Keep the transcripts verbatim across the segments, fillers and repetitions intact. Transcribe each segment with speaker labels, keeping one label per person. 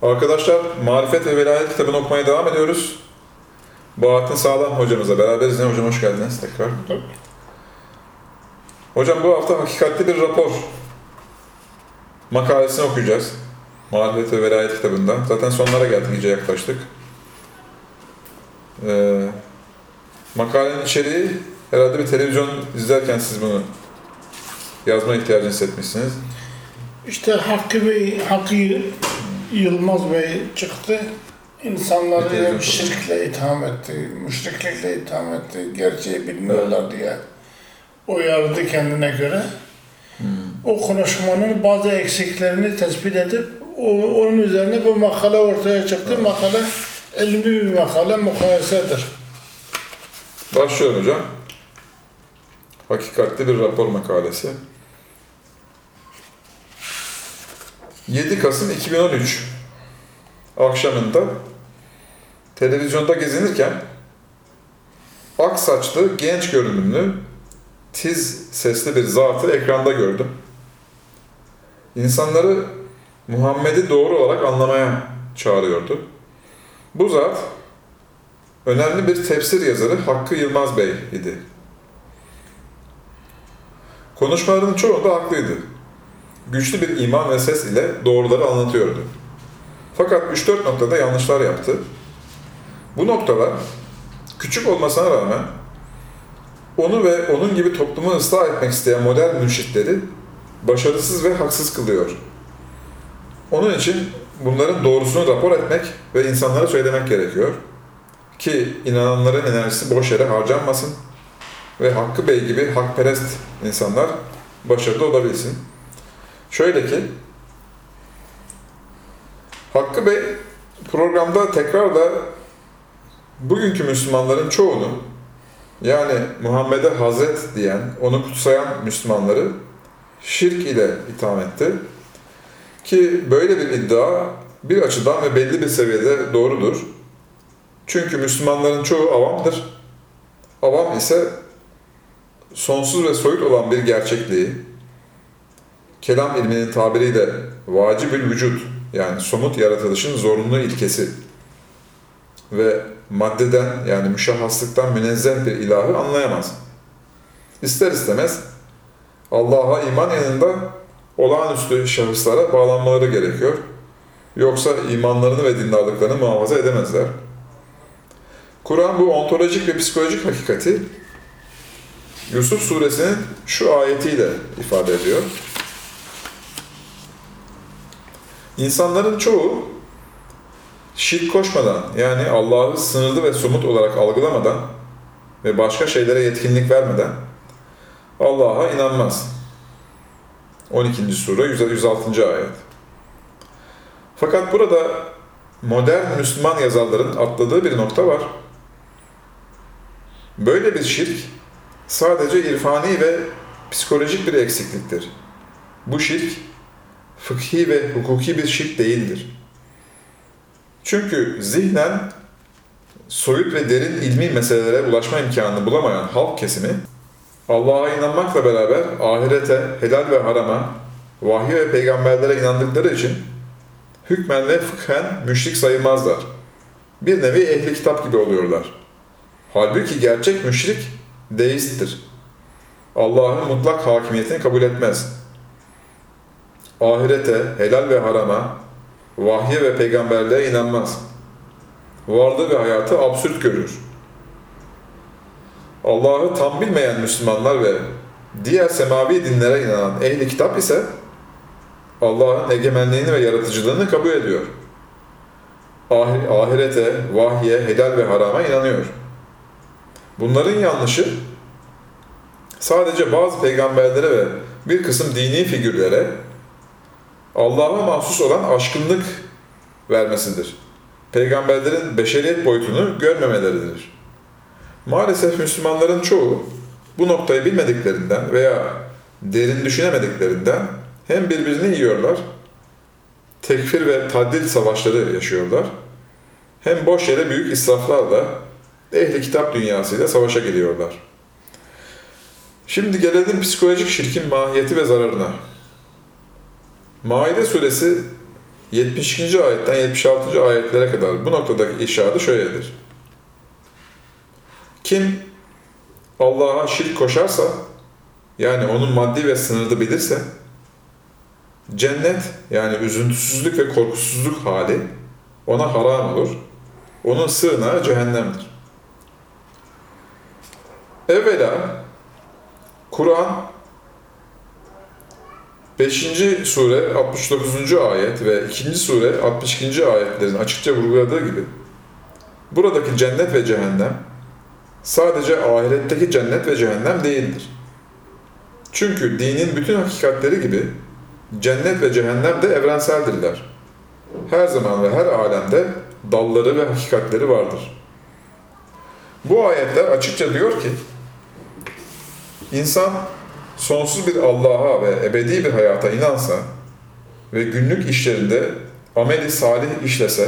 Speaker 1: Arkadaşlar, Marifet ve Velayet kitabını okumaya devam ediyoruz. Bahattin Sağlam hocamızla beraberiz. Ne hocam, hoş geldiniz tekrar. Hocam, bu hafta hakikatli bir rapor makalesini okuyacağız. Marifet ve Velayet kitabından. Zaten sonlara geldik, iyice yaklaştık. Ee, makalenin içeriği, herhalde bir televizyon izlerken siz bunu yazma ihtiyacını hissetmişsiniz.
Speaker 2: İşte Hakkı Bey, Hakkı Yılmaz Bey çıktı. İnsanları hep şirkle itham etti, müşriklikle itham etti, gerçeği bilmiyorlar evet. diye uyardı kendine göre. Hmm. O konuşmanın bazı eksiklerini tespit edip o, onun üzerine bu makale ortaya çıktı. Evet. Makale ilmi bir makale, mukayesedir.
Speaker 1: Başlıyorum hocam. Hakikatli bir rapor makalesi. yedi Kasım iki bin on üç akşamında televizyonda gezinirken ak saçlı, genç görünümlü, tiz sesli bir zatı ekranda gördüm. İnsanları Muhammed'i doğru olarak anlamaya çağırıyordu. Bu zat önemli bir tefsir yazarı Hakkı Yılmaz Bey idi. Konuşmalarının çoğunda haklıydı. Güçlü bir iman ve ses ile doğruları anlatıyordu. Fakat üç dört noktada yanlışlar yaptı. Bu noktalar küçük olmasına rağmen onu ve onun gibi toplumu ıslah etmek isteyen modern mürşitleri başarısız ve haksız kılıyor. Onun için bunların doğrusunu rapor etmek ve insanlara söylemek gerekiyor ki inananların enerjisi boş yere harcanmasın ve Hakkı Bey gibi hakperest insanlar başarılı olabilsin. Şöyle ki, Hakkı Bey programda tekrar da bugünkü Müslümanların çoğunu, yani Muhammed'e Hazret diyen, onu kutsayan Müslümanları şirk ile itham etti. Ki böyle bir iddia bir açıdan ve belli bir seviyede doğrudur. Çünkü Müslümanların çoğu avamdır. Avam ise sonsuz ve soyut olan bir gerçekliği, kelam ilminin tabiriyle vacib-ül vücut, yani somut yaratılışın zorunlu ilkesi ve maddeden, yani müşahhaslıktan münezzeh bir ilahı anlayamaz. İster istemez Allah'a iman yanında olağanüstü şahıslara bağlanmaları gerekiyor. Yoksa imanlarını ve dindarlıklarını muhafaza edemezler. Kur'an bu ontolojik ve psikolojik hakikati Yusuf suresinin şu ayetiyle ifade ediyor. İnsanların çoğu şirk koşmadan, yani Allah'ı sınırlı ve somut olarak algılamadan ve başka şeylere yetkinlik vermeden Allah'a inanmaz. on ikinci sure yüz altıncı ayet. Fakat burada modern Müslüman yazarların atladığı bir nokta var. Böyle bir şirk sadece irfani ve psikolojik bir eksikliktir. Bu şirk fıkhi ve hukuki bir şirk değildir. Çünkü zihnen soyut ve derin ilmi meselelere ulaşma imkanını bulamayan halk kesimi, Allah'a inanmakla beraber ahirete, helal ve harama, vahye ve peygamberlere inandıkları için hükmen ve fıkhen müşrik sayılmazlar. Bir nevi ehli kitap gibi oluyorlar. Halbuki gerçek müşrik deisttir. Allah'ın mutlak hakimiyetini kabul etmez. Ahirete, helal ve harama, vahye ve peygamberliğe inanmaz. Varlığı ve hayatı absürt görür. Allah'ı tam bilmeyen Müslümanlar ve diğer semavi dinlere inanan ehli kitap ise Allah'ın egemenliğini ve yaratıcılığını kabul ediyor. Ahirete, vahye, helal ve harama inanıyor. Bunların yanlışı sadece bazı peygamberlere ve bir kısım dini figürlere Allah'a mahsus olan aşkınlık vermesidir. Peygamberlerin beşeriyet boyutunu görmemeleridir. Maalesef Müslümanların çoğu bu noktayı bilmediklerinden veya derin düşünemediklerinden hem birbirini yiyorlar, tekfir ve tadil savaşları yaşıyorlar, hem boş yere büyük israflarla ehli kitap dünyasıyla savaşa giriyorlar. Şimdi gelelim psikolojik şirkin mahiyeti ve zararına. Maide suresi yetmiş ikinci ayetten yetmiş altıncı ayetlere kadar bu noktadaki işaret şöyledir. Kim Allah'a şirk koşarsa, yani onun maddi ve sınırını bilirse, cennet yani üzüntüsüzlük ve korkusuzluk hali ona haram olur. Onun sığınağı cehennemdir. Evvela Kur'an beşinci sure altmış dokuzuncu ayet ve ikinci sure altmış ikinci ayetlerin açıkça vurguladığı gibi buradaki cennet ve cehennem sadece ahiretteki cennet ve cehennem değildir. Çünkü dinin bütün hakikatleri gibi cennet ve cehennem de evrenseldirler. Her zaman ve her alemde dalları ve hakikatleri vardır. Bu ayetler açıkça diyor ki, insan sonsuz bir Allah'a ve ebedi bir hayata inansa ve günlük işlerinde ameli salih işlese,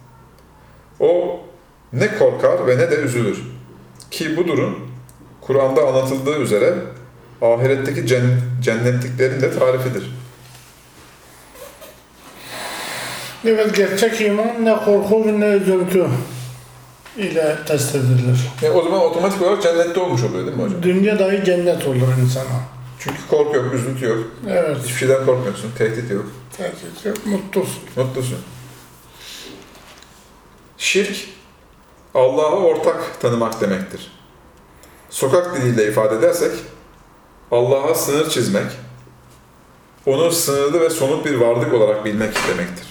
Speaker 1: o ne korkar ve ne de üzülür. Ki bu durum Kur'an'da anlatıldığı üzere ahiretteki cennetliklerin de tarifidir.
Speaker 2: Evet, gerçek iman ne korku ve ne üzüntü ile test edilir.
Speaker 1: Yani o zaman otomatik olarak cennette olmuş oluyor değil mi hocam?
Speaker 2: Dünya dahi cennet olur insana.
Speaker 1: Çünkü korku yok, üzüntü yok.
Speaker 2: Evet.
Speaker 1: Hiçbir şeyden korkmuyorsun, tehdit yok.
Speaker 2: Tehdit yok, mutlusun.
Speaker 1: Mutlusun. Şirk, Allah'a ortak tanımak demektir. Sokak diliyle ifade edersek, Allah'a sınır çizmek, onu sınırlı ve somut bir varlık olarak bilmek demektir.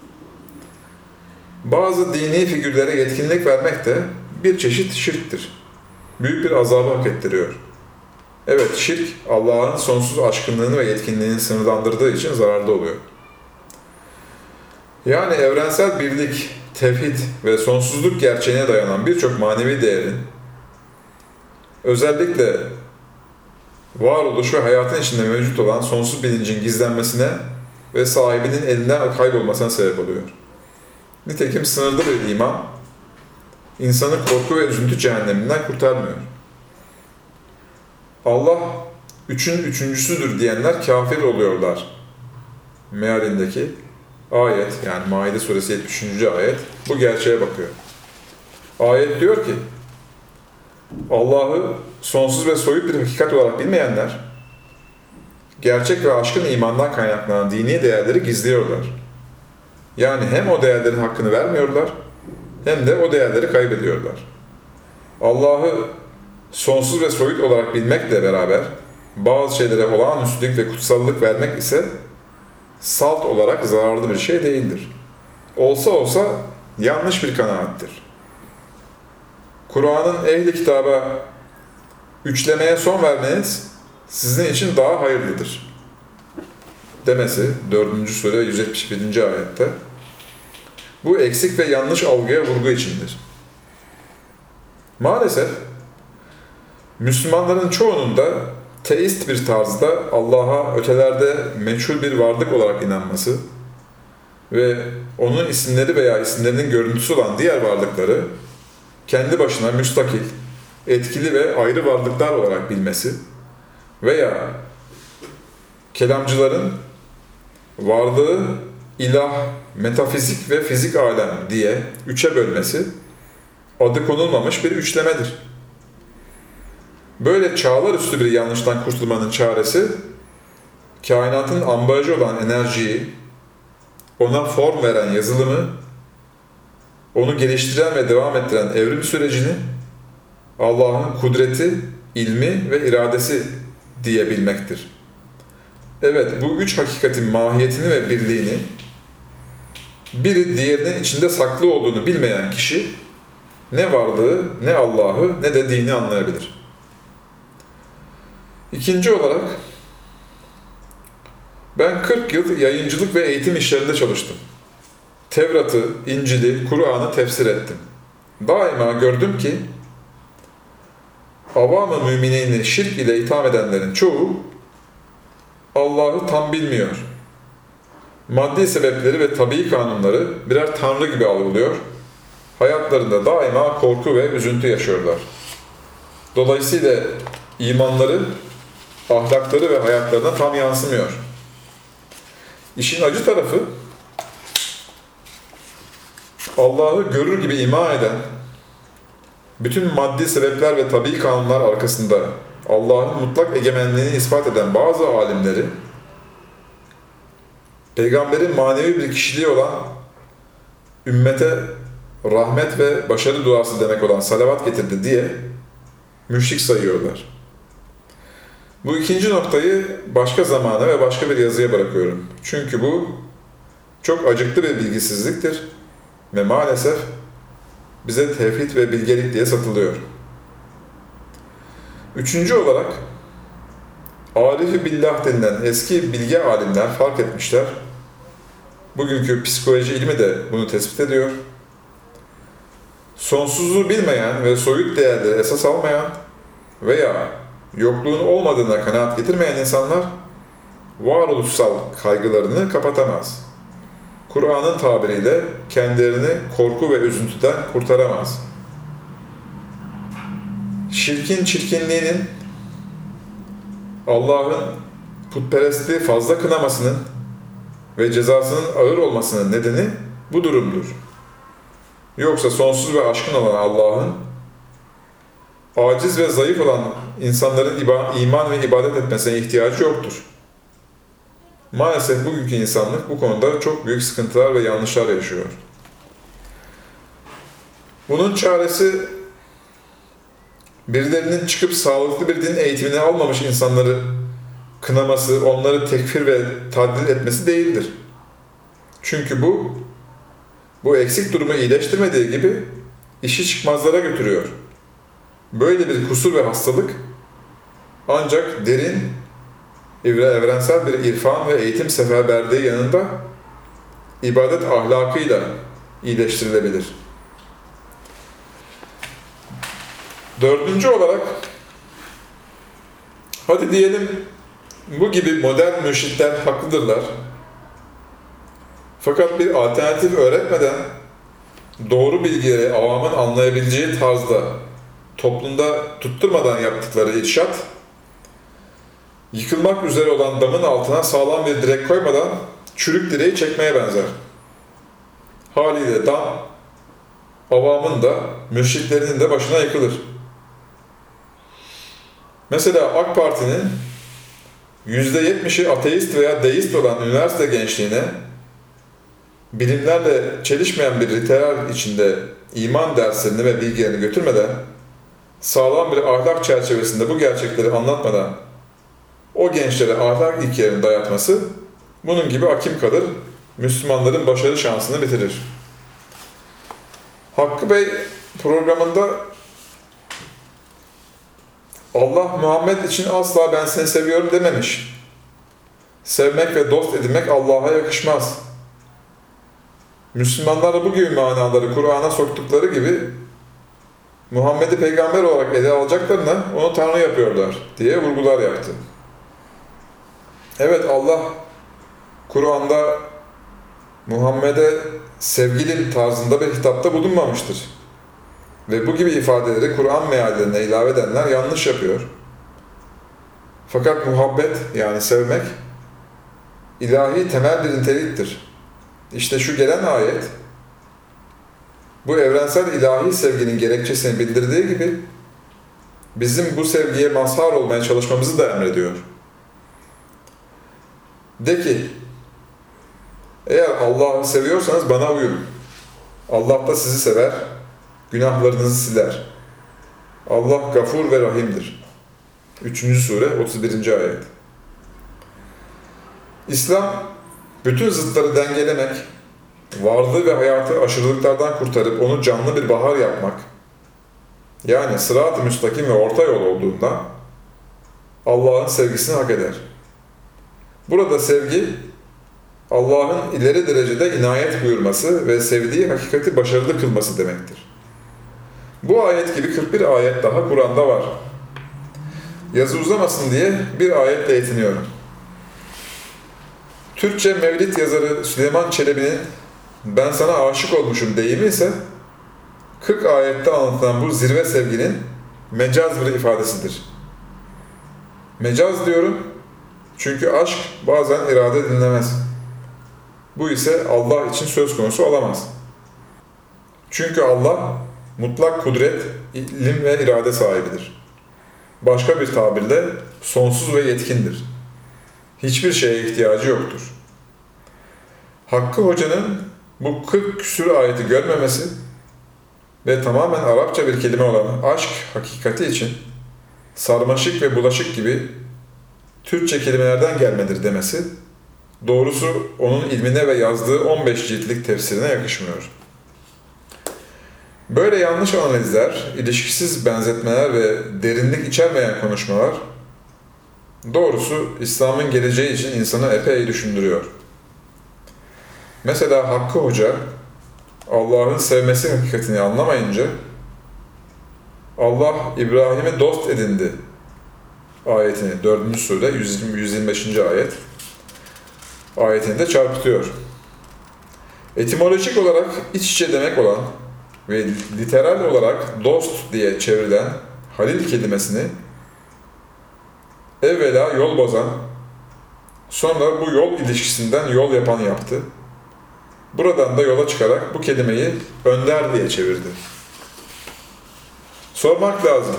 Speaker 1: Bazı dini figürlere yetkinlik vermek de bir çeşit şirktir. Büyük bir azabı hak ettiriyor. Evet, şirk Allah'ın sonsuz aşkınlığını ve yetkinliğini sınırlandırdığı için zararlı oluyor. Yani evrensel birlik, tevhid ve sonsuzluk gerçeğine dayanan birçok manevi değerin özellikle varoluş ve hayatın içinde mevcut olan sonsuz bilincin gizlenmesine ve sahibinin elinden kaybolmasına sebep oluyor. Nitekim sınırlı bir iman, insanı korku ve üzüntü cehenneminden kurtarmıyor. Allah, üçün üçüncüsüdür diyenler kafir oluyorlar. Mealindeki ayet, yani Maide suresi yetmiş üçüncü ayet, bu gerçeğe bakıyor. Ayet diyor ki, Allah'ı sonsuz ve soyut bir hakikat olarak bilmeyenler, gerçek ve aşkın imandan kaynaklanan dini değerleri gizliyorlar. Yani hem o değerlerin hakkını vermiyorlar, hem de o değerleri kaybediyorlar. Allah'ı sonsuz ve soyut olarak bilmekle beraber, bazı şeylere olağanüstülük ve kutsallık vermek ise salt olarak zararlı bir şey değildir. Olsa olsa yanlış bir kanaattir. Kur'an'ın ehli kitaba üçlemeye son vermeniz sizin için daha hayırlıdır demesi dördüncü sure yüz yetmiş birinci ayette. Bu eksik ve yanlış algıya vurgu içindir. Maalesef Müslümanların çoğunun da teist bir tarzda Allah'a ötelerde meçhul bir varlık olarak inanması ve onun isimleri veya isimlerinin görüntüsü olan diğer varlıkları kendi başına müstakil, etkili ve ayrı varlıklar olarak bilmesi veya kelamcıların varlığı ilah, metafizik ve fizik alem diye üçe bölmesi adı konulmamış bir üçlemedir. Böyle çağlar üstü bir yanlıştan kurtulmanın çaresi, kainatın ambalajı olan enerjiyi, ona form veren yazılımı, onu geliştiren ve devam ettiren evrim sürecini, Allah'ın kudreti, ilmi ve iradesi diye bilmektir. Evet, bu üç hakikatin mahiyetini ve birliğini, biri diğerinin içinde saklı olduğunu bilmeyen kişi, ne varlığı, ne Allah'ı, ne de dini anlayabilir. İkinci olarak, ben kırk yıl yayıncılık ve eğitim işlerinde çalıştım. Tevrat'ı, İncil'i, Kur'an'ı tefsir ettim. Daima gördüm ki, avam-ı müminini şirk ile itham edenlerin çoğu, Allah'ı tam bilmiyor. Maddi sebepleri ve tabii kanunları birer tanrı gibi algılıyor. Hayatlarında daima korku ve üzüntü yaşıyorlar. Dolayısıyla imanları, ahlakları ve hayatlarına tam yansımıyor. İşin acı tarafı, Allah'ı görür gibi iman eden, bütün maddi sebepler ve tabii kanunlar arkasında Allah'ın mutlak egemenliğini ispat eden bazı alimleri, Peygamberin manevi bir kişiliği olan ümmete rahmet ve başarı duası demek olan salavat getirdi diye müşrik sayıyorlar. Bu ikinci noktayı başka zamana ve başka bir yazıya bırakıyorum. Çünkü bu çok acıklı bir bilgisizliktir ve maalesef bize tevhid ve bilgelik diye satılıyor. Üçüncü olarak Arif-i Billah denilen eski bilge alimler fark etmişler. Bugünkü psikoloji ilmi de bunu tespit ediyor. Sonsuzluğu bilmeyen ve soyut değerleri esas almayan veya yokluğun olmadığına kanaat getirmeyen insanlar varoluşsal kaygılarını kapatamaz. Kur'an'ın tabiriyle kendilerini korku ve üzüntüden kurtaramaz. Şirkin çirkinliğinin, Allah'ın putperestliği fazla kınamasının ve cezasının ağır olmasının nedeni bu durumdur. Yoksa sonsuz ve aşkın olan Allah'ın, aciz ve zayıf olan insanların iman ve ibadet etmesine ihtiyacı yoktur. Maalesef bugünkü insanlık bu konuda çok büyük sıkıntılar ve yanlışlar yaşıyor. Bunun çaresi birilerinin çıkıp sağlıklı bir din eğitimini almamış insanları kınaması, onları tekfir ve tadil etmesi değildir. Çünkü bu, bu eksik durumu iyileştirmediği gibi işi çıkmazlara götürüyor. Böyle bir kusur ve hastalık ancak derin, evrensel bir irfan ve eğitim seferberliği yanında ibadet ahlakıyla iyileştirilebilir. Dördüncü olarak, hadi diyelim bu gibi modern mürşitler haklıdırlar. Fakat bir alternatif öğretmeden doğru bilgileri avamın anlayabileceği tarzda toplumda tutturmadan yaptıkları irşat, yıkılmak üzere olan damın altına sağlam bir direk koymadan çürük direği çekmeye benzer. Haliyle dam, avamın da, mürşitlerinin de başına yıkılır. Mesela AK Parti'nin yüzde yetmişi ateist veya deist olan üniversite gençliğine bilimlerle çelişmeyen bir ritüel içinde iman derslerini ve bilgilerini götürmeden, sağlam bir ahlak çerçevesinde bu gerçekleri anlatmadan o gençlere ahlak ilkelerini dayatması bunun gibi hakim kalır, Müslümanların başarı şansını bitirir. Hakkı Bey programında Allah Muhammed için asla ben seni seviyorum dememiş. Sevmek ve dost edinmek Allah'a yakışmaz. Müslümanlar da bu gibi manaları Kur'an'a soktukları gibi Muhammed'i peygamber olarak ele alacaklarına onu Tanrı yapıyorlar diye vurgular yaptı. Evet, Allah Kur'an'da Muhammed'e sevgilim tarzında bir hitapta bulunmamıştır. Ve bu gibi ifadeleri Kur'an meallerine ilave edenler yanlış yapıyor. Fakat muhabbet, yani sevmek, ilahi temel bir niteliktir. İşte şu gelen ayet, bu evrensel ilahi sevginin gerekçesini bildirdiği gibi, bizim bu sevgiye mazhar olmaya çalışmamızı da emrediyor. De ki, eğer Allah'ı seviyorsanız bana uyun. Allah da sizi sever, günahlarınızı siler. Allah gafur ve rahimdir. üçüncü sure, otuz birinci ayet. İslam, bütün zıtları dengelemek, varlığı ve hayatı aşırılıklardan kurtarıp onu canlı bir bahar yapmak, yani sırat-ı müstakim ve orta yol olduğunda Allah'ın sevgisini hak eder. Burada sevgi, Allah'ın ileri derecede inayet buyurması ve sevdiği hakikati başarılı kılması demektir. Bu ayet gibi kırk bir ayet daha Kur'an'da var. Yazı uzamasın diye bir ayetle yetiniyorum. Türkçe Mevlid yazarı Süleyman Çelebi'nin "Ben sana aşık olmuşum" deyimi ise kırk ayette anlatılan bu zirve sevginin mecaz bir ifadesidir. Mecaz diyorum çünkü aşk bazen irade dinlemez. Bu ise Allah için söz konusu olamaz. Çünkü Allah mutlak kudret, ilim ve irade sahibidir. Başka bir tabirle sonsuz ve yetkindir. Hiçbir şeye ihtiyacı yoktur. Hakkı Hoca'nın bu kırk küsur ayeti görmemesi ve tamamen Arapça bir kelime olan aşk hakikati için sarmaşık ve bulaşık gibi Türkçe kelimelerden gelmedir demesi, doğrusu onun ilmine ve yazdığı on beş ciltlik tefsirine yakışmıyor. Böyle yanlış analizler, ilişkisiz benzetmeler ve derinlik içermeyen konuşmalar, doğrusu İslam'ın geleceği için insanı epey düşündürüyor. Mesela Hakkı Hoca, Allah'ın sevmesi hakikatini anlamayınca, Allah İbrahim'i dost edindi ayetini, dördüncü sure, yüz yirmi beşinci ayet ayetini de çarpıtıyor. Etimolojik olarak iç içe demek olan ve literal olarak dost diye çevrilen halil kelimesini evvela yol bozan, sonra bu yol ilişkisinden yol yapan yaptı. Buradan da yola çıkarak bu kelimeyi önder diye çevirdi. Sormak lazım.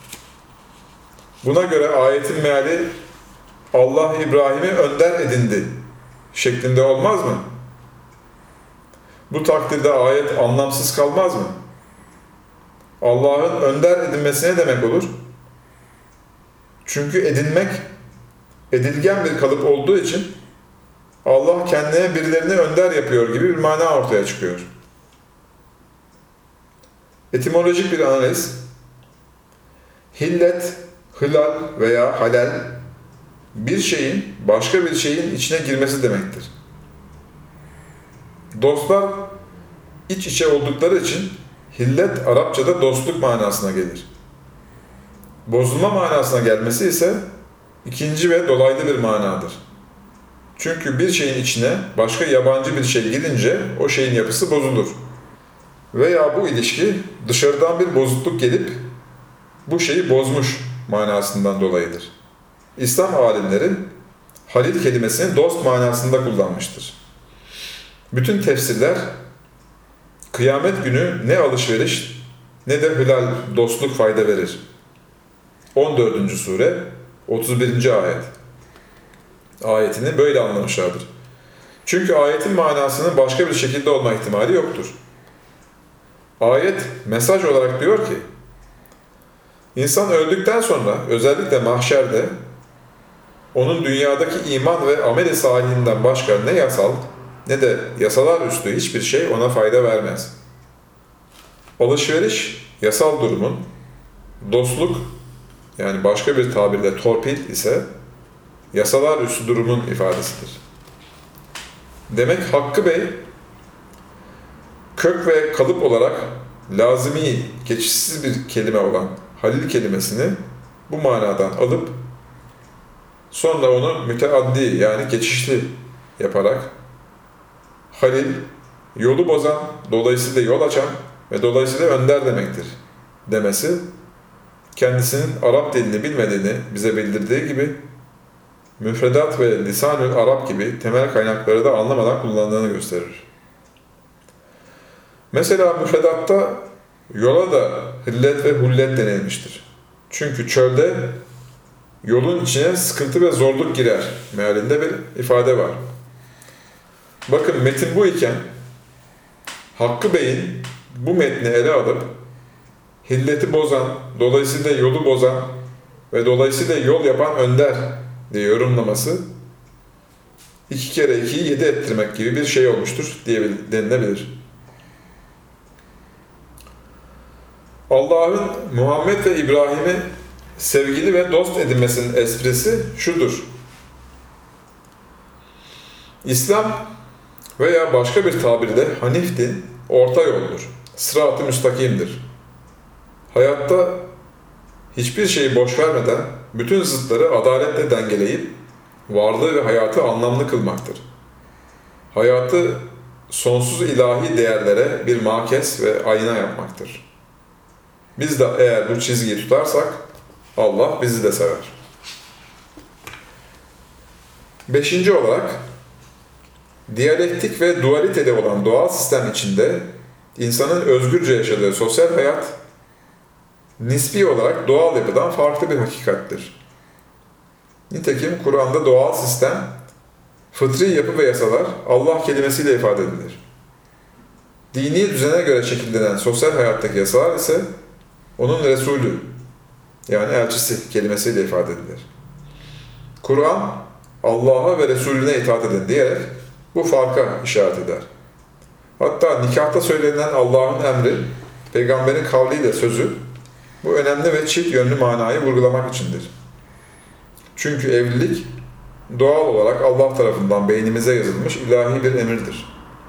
Speaker 1: Buna göre ayetin meali Allah İbrahim'i önder edindi şeklinde olmaz mı? Bu takdirde ayet anlamsız kalmaz mı? Allah'ın önder edilmesi ne demek olur? Çünkü edinmek, edilgen bir kalıp olduğu için Allah kendine birilerini önder yapıyor gibi bir mana ortaya çıkıyor. Etimolojik bir analiz, hillet, hilal veya halal, bir şeyin başka bir şeyin içine girmesi demektir. Dostlar iç içe oldukları için hillet Arapçada dostluk manasına gelir. Bozulma manasına gelmesi ise ikinci ve dolaylı bir manadır. Çünkü bir şeyin içine başka yabancı bir şey girince o şeyin yapısı bozulur. Veya bu ilişki dışarıdan bir bozukluk gelip bu şeyi bozmuş manasından dolayıdır. İslam alimleri halil kelimesini dost manasında kullanmıştır. Bütün tefsirler kıyamet günü ne alışveriş ne de hilal dostluk fayda verir. on dördüncü sure otuz birinci ayet ayetini böyle anlamışlardır. Çünkü ayetin manasının başka bir şekilde olma ihtimali yoktur. Ayet mesaj olarak diyor ki, insan öldükten sonra özellikle mahşerde onun dünyadaki iman ve amel-i salihinden başka ne yasal ne de yasalar üstü hiçbir şey ona fayda vermez. Alışveriş yasal durumun, dostluk yani başka bir tabirle torpil ise yasalar üstü durumun ifadesidir. Demek Hakkı Bey kök ve kalıp olarak lazimi, geçişsiz bir kelime olan halil kelimesini bu manadan alıp sonra onu müteaddi yani geçişli yaparak halil, yolu bozan, dolayısıyla yol açan ve dolayısıyla önder demektir demesi, kendisinin Arap dilini bilmediğini bize bildirdiği gibi, müfredat ve lisan-ül Arap gibi temel kaynakları da anlamadan kullandığını gösterir. Mesela müfredatta yola da hillet ve hullet denilmiştir. Çünkü çölde yolun içine sıkıntı ve zorluk girer mealinde bir ifade var. Bakın metin bu iken Hakkı Bey'in bu metni ele alıp hilleti bozan, dolayısıyla yolu bozan ve dolayısıyla yol yapan önder diye yorumlaması iki kere ikiyi yedi ettirmek gibi bir şey olmuştur diye denilebilir. Allah'ın Muhammed ve İbrahim'i sevgili ve dost edinmesinin esprisi şudur. İslam veya başka bir tabirle Hanif din orta yoldur. Sırat-ı müstakimdir. Hayatta hiçbir şeyi boş vermeden bütün zıtları adaletle dengeleyip varlığı ve hayatı anlamlı kılmaktır. Hayatı sonsuz ilahi değerlere bir makes ve ayna yapmaktır. Biz de eğer bu çizgiyi tutarsak Allah bizi de sever. Beşinci olarak diyalektik ve dualitede olan doğal sistem içinde insanın özgürce yaşadığı sosyal hayat, nispi olarak doğal yapıdan farklı bir hakikattir. Nitekim Kur'an'da doğal sistem, fıtri yapı ve yasalar Allah kelimesiyle ifade edilir. Dini düzene göre şekillenen sosyal hayattaki yasalar ise onun Resulü, yani elçisi kelimesiyle ifade edilir. Kur'an, Allah'a ve Resulüne itaat edin diyerek bu farka işaret eder. Hatta nikahta söylenilen Allah'ın emri, peygamberin kavliyle sözü, bu önemli ve çift yönlü manayı vurgulamak içindir. Çünkü evlilik, doğal olarak Allah tarafından beynimize yazılmış ilahi bir emirdir.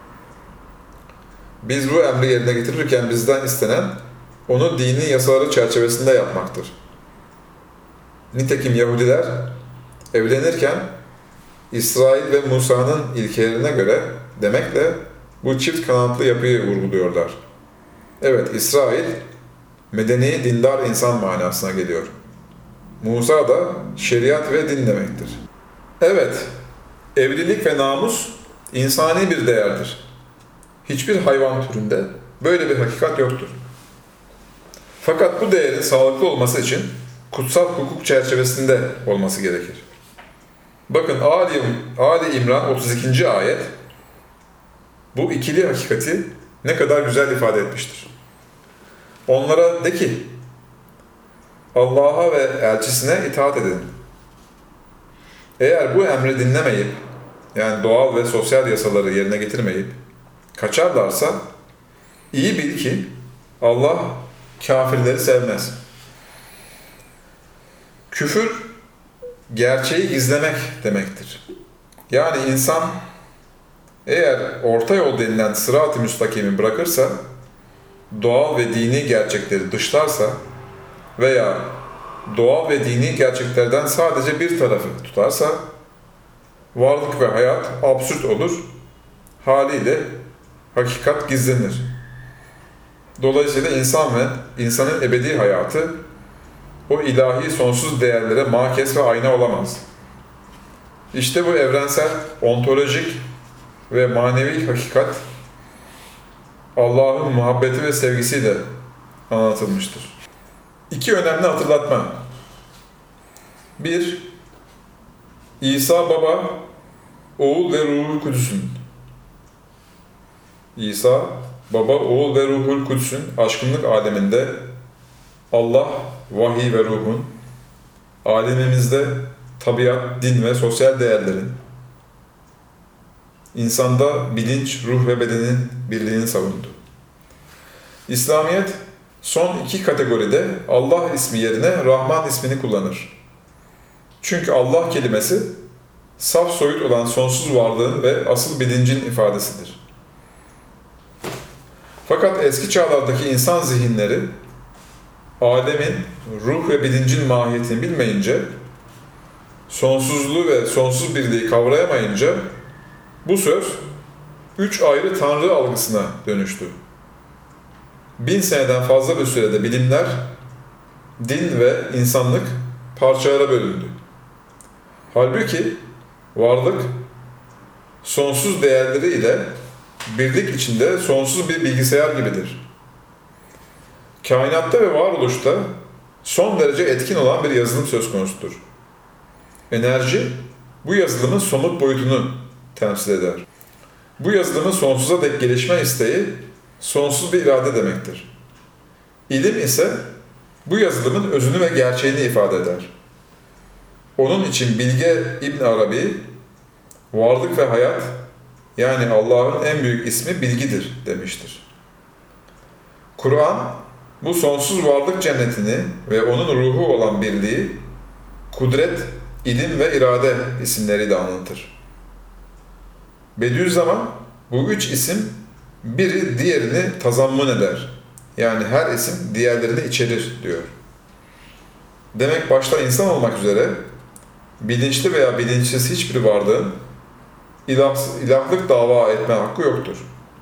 Speaker 1: Biz bu emri yerine getirirken bizden istenen, onu dini yasaları çerçevesinde yapmaktır. Nitekim Yahudiler, evlenirken, İsrail ve Musa'nın ilkelerine göre demekle bu çift kanatlı yapıyı vurguluyorlar. Evet, İsrail, medeni, dindar insan manasına geliyor. Musa da şeriat ve din demektir. Evet, evlilik ve namus insani bir değerdir. Hiçbir hayvan türünde böyle bir hakikat yoktur. Fakat bu değerin sağlıklı olması için kutsal hukuk çerçevesinde olması gerekir. Bakın Ali, Ali İmran otuz ikinci ayet bu ikili hakikati ne kadar güzel ifade etmiştir. Onlara de ki, Allah'a ve elçisine itaat edin. Eğer bu emri dinlemeyip, yani doğal ve sosyal yasaları yerine getirmeyip kaçarlarsa, iyi bil ki Allah kafirleri sevmez. Küfür, gerçeği gizlemek demektir. Yani insan eğer orta yol denilen sırat-ı müstakimi bırakırsa, doğal ve dini gerçekleri dışlarsa veya doğal ve dini gerçeklerden sadece bir tarafı tutarsa, varlık ve hayat absürt olur, haliyle hakikat gizlenir. Dolayısıyla insan ve insanın ebedi hayatı, o ilahi sonsuz değerlere makes ve ayna olamaz. İşte bu evrensel, ontolojik ve manevi hakikat, Allah'ın muhabbeti ve sevgisiyle anlatılmıştır. İki önemli hatırlatma. Bir, İsa Baba, Oğul ve Ruhul Kudüs'ün. İsa, Baba, Oğul ve Ruhul Kudüs'ün aşkınlık aleminde Allah, vahiy ve ruhun, alemimizde tabiat, din ve sosyal değerlerin, insanda bilinç, ruh ve bedenin birliğini savundu. İslamiyet, son iki kategoride Allah ismi yerine Rahman ismini kullanır. Çünkü Allah kelimesi, saf soyut olan sonsuz varlığın ve asıl bilincin ifadesidir. Fakat eski çağlardaki insan zihinleri, alemin, ruh ve bilincin mahiyetini bilmeyince, sonsuzluğu ve sonsuz birliği kavrayamayınca, bu söz, üç ayrı tanrı algısına dönüştü. Bin seneden fazla bir sürede bilimler, din ve insanlık parçalara bölündü. Halbuki varlık, sonsuz değerleriyle birlik içinde sonsuz bir bilgisayar gibidir. Kainatta ve varoluşta son derece etkin olan bir yazılım söz konusudur. Enerji, bu yazılımın somut boyutunu temsil eder. Bu yazılımın sonsuza dek gelişme isteği, sonsuz bir irade demektir. İlim ise, bu yazılımın özünü ve gerçeğini ifade eder. Onun için Bilge İbn Arabi, varlık ve hayat, yani Allah'ın en büyük ismi bilgidir demiştir. Kur'an, bu sonsuz varlık cennetini ve onun ruhu olan birliği, kudret, ilim ve irade isimleriyle anlatır. Bediüzzaman, bu üç isim biri diğerini tazammun eder. Yani her isim diğerlerini içerir diyor. Demek başta insan olmak üzere bilinçli veya bilinçsiz hiçbir varlığın ilah, ilahlık dava etme hakkı yoktur.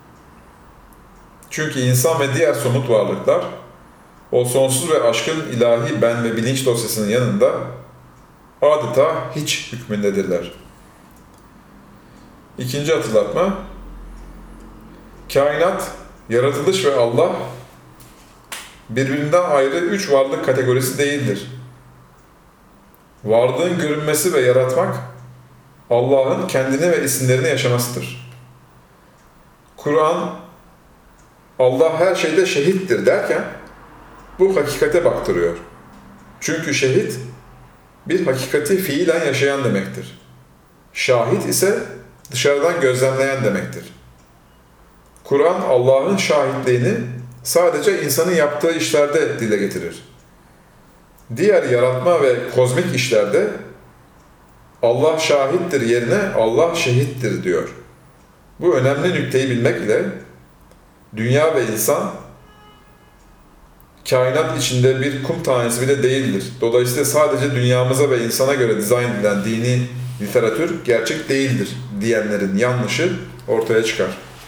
Speaker 1: Çünkü insan ve diğer somut varlıklar o sonsuz ve aşkın ilahi ben ve bilinç dosyasının yanında adeta hiç hükmündedirler. İkinci hatırlatma, kainat yaratılış ve Allah birbirinden ayrı üç varlık kategorisi değildir. Varlığın görünmesi ve yaratmak, Allah'ın kendini ve isimlerini yaşamasıdır. Kur'an, Allah her şeyde şehittir derken, bu hakikate baktırıyor. Çünkü şehit, bir hakikati fiilen yaşayan demektir. Şahit ise dışarıdan gözlemleyen demektir. Kur'an, Allah'ın şahitliğini sadece insanın yaptığı işlerde dile getirir. Diğer yaratma ve kozmik işlerde Allah şahittir yerine Allah şehittir diyor. Bu önemli nükteyi bilmek ile dünya ve insan kainat içinde bir kum tanesi bile değildir. Dolayısıyla sadece dünyamıza ve insana göre dizayn edilen dini literatür gerçek değildir diyenlerin yanlışı ortaya çıkar.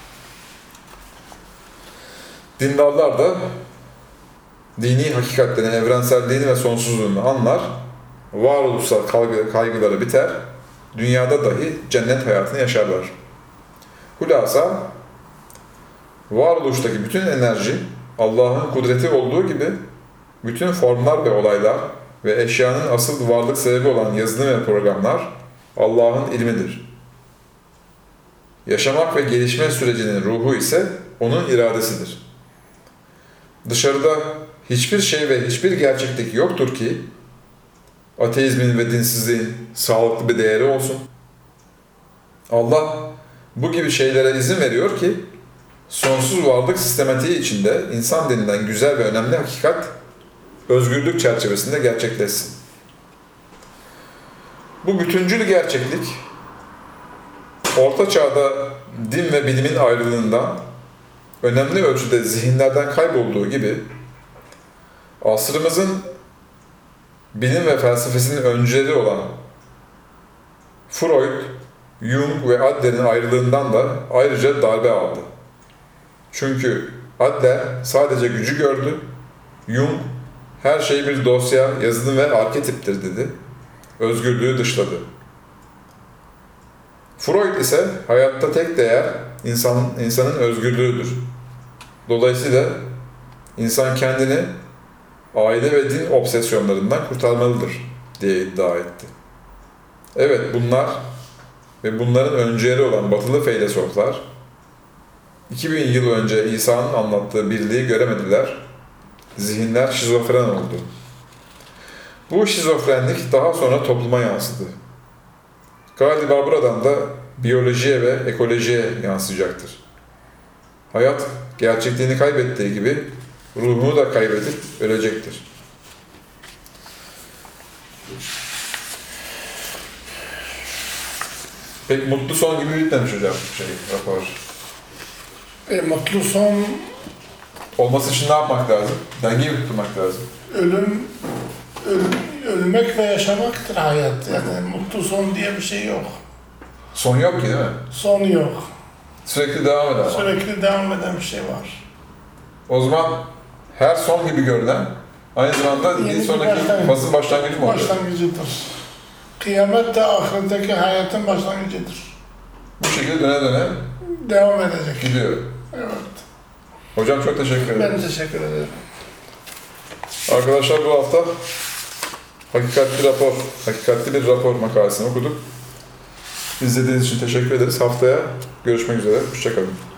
Speaker 1: Dindarlar da dini hakikatlerini, evrenselliğini ve sonsuzluğunu anlar, varoluşsal kaygıları biter, dünyada dahi cennet hayatını yaşarlar. Hulasa, varoluştaki bütün enerji, Allah'ın kudreti olduğu gibi, bütün formlar ve olaylar ve eşyanın asıl varlık sebebi olan yazılım ve programlar, Allah'ın ilmidir. Yaşamak ve gelişme sürecinin ruhu ise onun iradesidir. Dışarıda hiçbir şey ve hiçbir gerçeklik yoktur ki, ateizmin ve dinsizliğin sağlıklı bir değeri olsun. Allah bu gibi şeylere izin veriyor ki, sonsuz varlık sistematiği içinde insan denilen güzel ve önemli hakikat, özgürlük çerçevesinde gerçekleşsin. Bu bütüncül gerçeklik, Orta Çağ'da din ve bilimin ayrılığından, önemli ölçüde zihinlerden kaybolduğu gibi, asrımızın bilim ve felsefesinin öncüleri olan Freud, Jung ve Adler'in ayrılığından da ayrıca darbe aldı. Çünkü Adler sadece gücü gördü, Jung her şey bir dosya, yazılım ve arketiptir dedi, özgürlüğü dışladı. Freud ise hayatta tek değer insan, insanın özgürlüğüdür. Dolayısıyla insan kendini aile ve din obsesyonlarından kurtarmalıdır diye iddia etti. Evet, bunlar ve bunların öncüleri olan batılı filozoflar iki bin yıl önce İsa'nın anlattığı birliği göremediler. Zihinler şizofren oldu. Bu şizofrenlik daha sonra topluma yansıdı. Galiba buradan da biyolojiye ve ekolojiye yansıyacaktır. Hayat gerçekliğini kaybettiği gibi ruhunu da kaybedip ölecektir. Pek mutlu son gibi bitmemiş hocam şey, rapor.
Speaker 2: E, mutlu son
Speaker 1: olması için ne yapmak lazım? Dengeyi tutmak lazım.
Speaker 2: Ölüm, öl, ölmek ve yaşamaktır hayat. Yani mutlu son diye bir şey yok.
Speaker 1: Son yok ki değil mi?
Speaker 2: Son yok.
Speaker 1: Sürekli devam eder.
Speaker 2: Sürekli devam eden bir şey var.
Speaker 1: O zaman her son gibi görülen aynı zamanda bir sonraki fasıl başlangıcı mı oluyor?
Speaker 2: Başlangıcıdır. Kıyamet de ahiretteki hayatın başlangıcıdır.
Speaker 1: Bu şekilde döne döne
Speaker 2: devam edecek.
Speaker 1: Gidiyor.
Speaker 2: Evet.
Speaker 1: Hocam çok teşekkür ederim.
Speaker 2: Ben teşekkür ederim.
Speaker 1: Arkadaşlar bu hafta hakikatli rapor, hakikatli bir rapor makalesini okuduk. İzlediğiniz için teşekkür ederiz. Haftaya görüşmek üzere. Hoşça kalın.